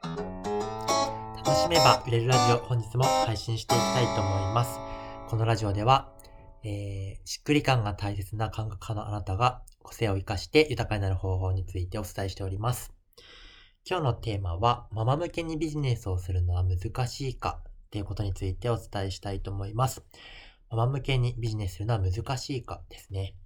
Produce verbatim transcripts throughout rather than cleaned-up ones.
楽しめば売れるラジオ、本日も配信していきたいと思います。このラジオでは、えー、しっくり感が大切な感覚派のあなたが個性を生かして豊かになる方法についてお伝えしております。今日のテーマは、ママ向けにビジネスをするのは難しいかっていうことについてお伝えしたいと思います。ママ向けにビジネスするのは難しいかですね。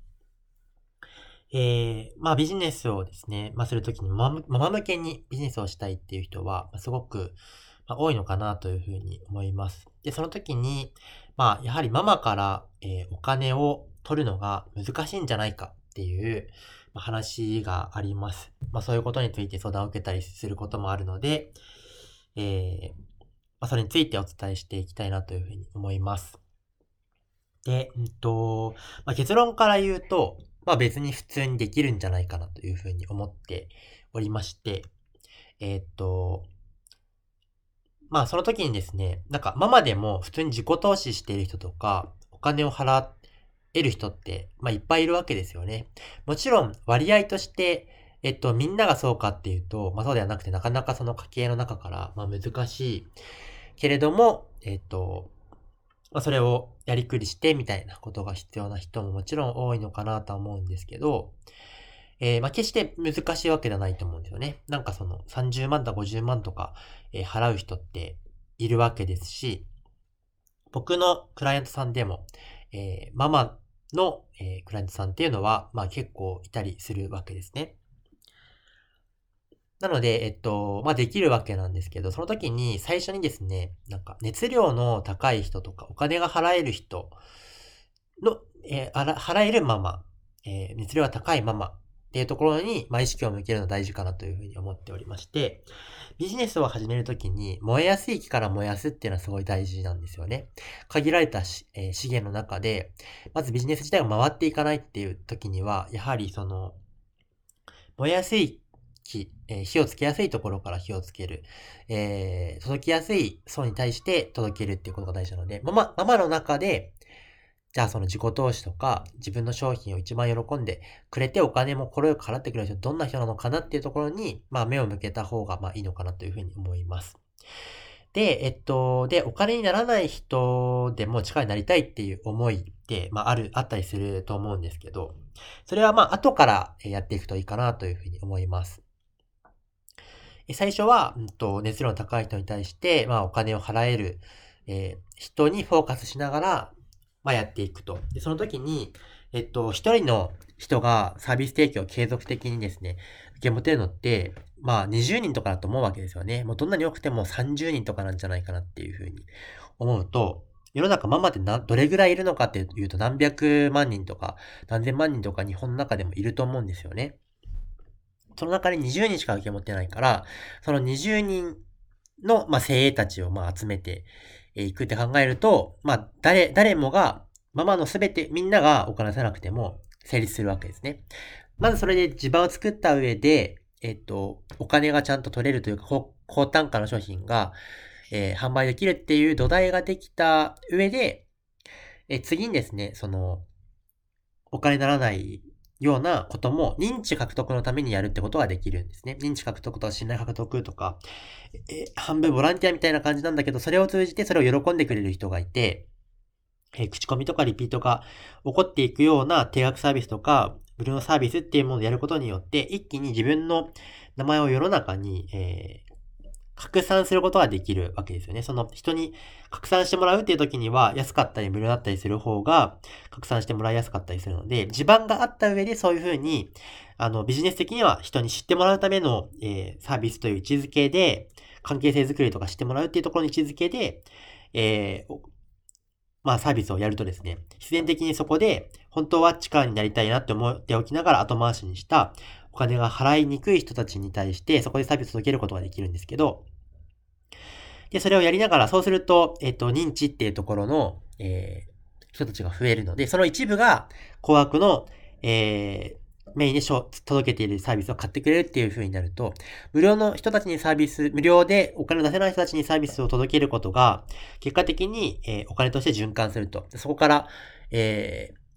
えー、まあビジネスをですね、まあするときにママママ向けにビジネスをしたいっていう人は、まあすごく、まあ、多いのかなというふうに思います。で、その時に、まあやはりママから、えーお金を取るのが難しいんじゃないかっていう、まあ話があります。まあそういうことについて相談を受けたりすることもあるので、えーまあ、それについてお伝えしていきたいなというふうに思います。で、うんと、まあ、結論から言うと、まあ別に普通にできるんじゃないかなというふうに思っておりまして、えーっと、まあその時にですね、なんかママでも普通に自己投資している人とか、お金を払える人って、まあいっぱいいるわけですよね。もちろん割合として、えっと、みんながそうかっていうと、まあそうではなくて、なかなかその家計の中から、まあ難しいけれども、えっと、まあ、それをやりくりしてみたいなことが必要な人ももちろん多いのかなとは思うんですけど、えー、まあ、決して難しいわけではないと思うんですよね。なんかそのさんじゅうまんとかごじゅうまんとか、えー払う人っているわけですし、僕のクライアントさんでも、えーママの、えークライアントさんっていうのは、まあ結構いたりするわけですね。なので、えっと、まあ、できるわけなんですけど、その時に最初にですね、なんか熱量の高い人とか、お金が払える人の、えーあら払えるママ、えー熱量が高いママっていうところに、まあ、意識を向けるのが大事かなというふうに思っておりまして、ビジネスを始めるときに、燃えやすい木から燃やすっていうのはすごい大事なんですよね。限られたし、えー資源の中で、まずビジネス自体が回っていかないっていう時には、やはりその、燃えやすい木、えー火をつけやすいところから火をつける。えー届きやすい層に対して届けるっていうことが大事なので、ママ、ママの中で、じゃあその自己投資とか、自分の商品を一番喜んでくれてお金も心よく払ってくれる人、どんな人なのかなっていうところに、まあ目を向けた方がまあいいのかなというふうに思います。で、えっと、で、お金にならない人でも力になりたいっていう思いって、まあある、あったりすると思うんですけど、それはまあ後からやっていくといいかなというふうに思います。最初は、うんと、熱量の高い人に対して、まあ、お金を払える、えー人にフォーカスしながら、まあ、やっていくと。で、その時に、えっと、一人の人がサービス提供を継続的にですね、受け持てるのって、まあ、にじゅうにんとかだと思うわけですよね。もうどんなに多くてもさんじゅうにんとかなんじゃないかなっていうふうに思うと、世の中ママってな、どれぐらいいるのかっていうと何百万人とか何千万人とか日本の中でもいると思うんですよね。その中でにじゅうにんしか受け持ってないから、そのにじゅうにんの、まあ、精鋭たちを、まあ、集めていくって考えると、まあ、誰、誰もが、ママのすべて、みんながお金出さなくても成立するわけですね。まずそれで地盤を作った上で、えっと、お金がちゃんと取れるというか、高高単価の商品が、えー販売できるっていう土台ができた上で、えー次にですね、その、お金にならないようなことも認知獲得のためにやるってことができるんですね。認知獲得とか信頼獲得とか、え半分ボランティアみたいな感じなんだけど、それを通じてそれを喜んでくれる人がいて、えー口コミとかリピートが起こっていくような定額サービスとか、無料のサービスっていうものをやることによって、一気に自分の名前を世の中に、えー拡散することができるわけですよね。その人に拡散してもらうっていう時には安かったり無料だったりする方が拡散してもらいやすかったりするので、地盤があった上でそういうふうに、あの、ビジネス的には人に知ってもらうための、えーサービスという位置づけで、関係性づくりとかしてもらうっていうところの位置づけで、えーまあサービスをやるとですね、必然的にそこで、本当は力になりたいなって思っておきながら後回しにした、お金が払いにくい人たちに対して、そこでサービスを受けることができるんですけど、で、それをやりながら、そうすると、えっと、認知っていうところの、えー人たちが増えるので、その一部が、高額の、えーメインでしょ届けているサービスを買ってくれるっていう風になると、無料の人たちにサービス、無料でお金を出せない人たちにサービスを届けることが、結果的に、えーお金として循環すると。そこから、えー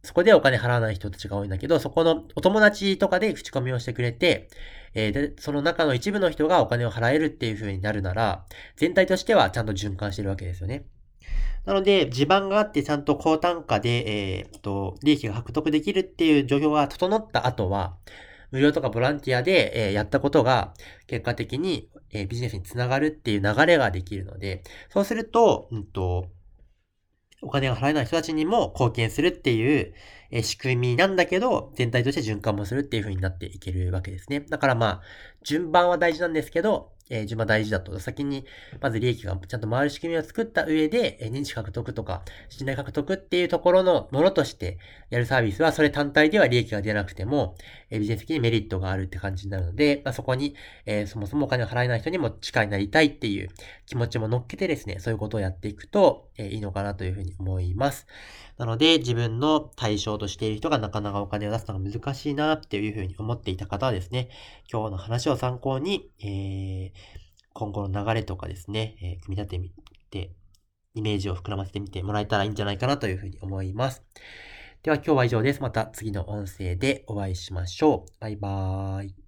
そこでお金払わない人たちが多いんだけど、そこのお友達とかで口コミをしてくれて、えーで、その中の一部の人がお金を払えるっていう風になるなら、全体としてはちゃんと循環してるわけですよね。なので、地盤があってちゃんと高単価で、えーっと、利益が獲得できるっていう状況が整った後は、無料とかボランティアで、えーやったことが結果的に、えービジネスにつながるっていう流れができるので、そうすると、うんと、お金が払えない人たちにも貢献するっていう、えー仕組みなんだけど、全体として循環もするっていう風になっていけるわけですね。だからまあ、順番は大事なんですけど、えー順番大事だと、先に、まず利益がちゃんと回る仕組みを作った上で、えー認知獲得とか、信頼獲得っていうところのものとしてやるサービスは、それ単体では利益が出なくても、えービジネス的にメリットがあるって感じになるので、まあ、そこに、えーそもそもお金を払えない人にも力になりたいっていう気持ちも乗っけてですね、そういうことをやっていくと、えーいいのかなというふうに思います。なので、自分の対象としている人がなかなかお金を出すのが難しいなっていうふうに思っていた方はですね、今日の話を参考に、えー今後の流れとかですね、えー組み立ててみて、イメージを膨らませてみてもらえたらいいんじゃないかなというふうに思います。では今日は以上です。また次の音声でお会いしましょう。バイバーイ。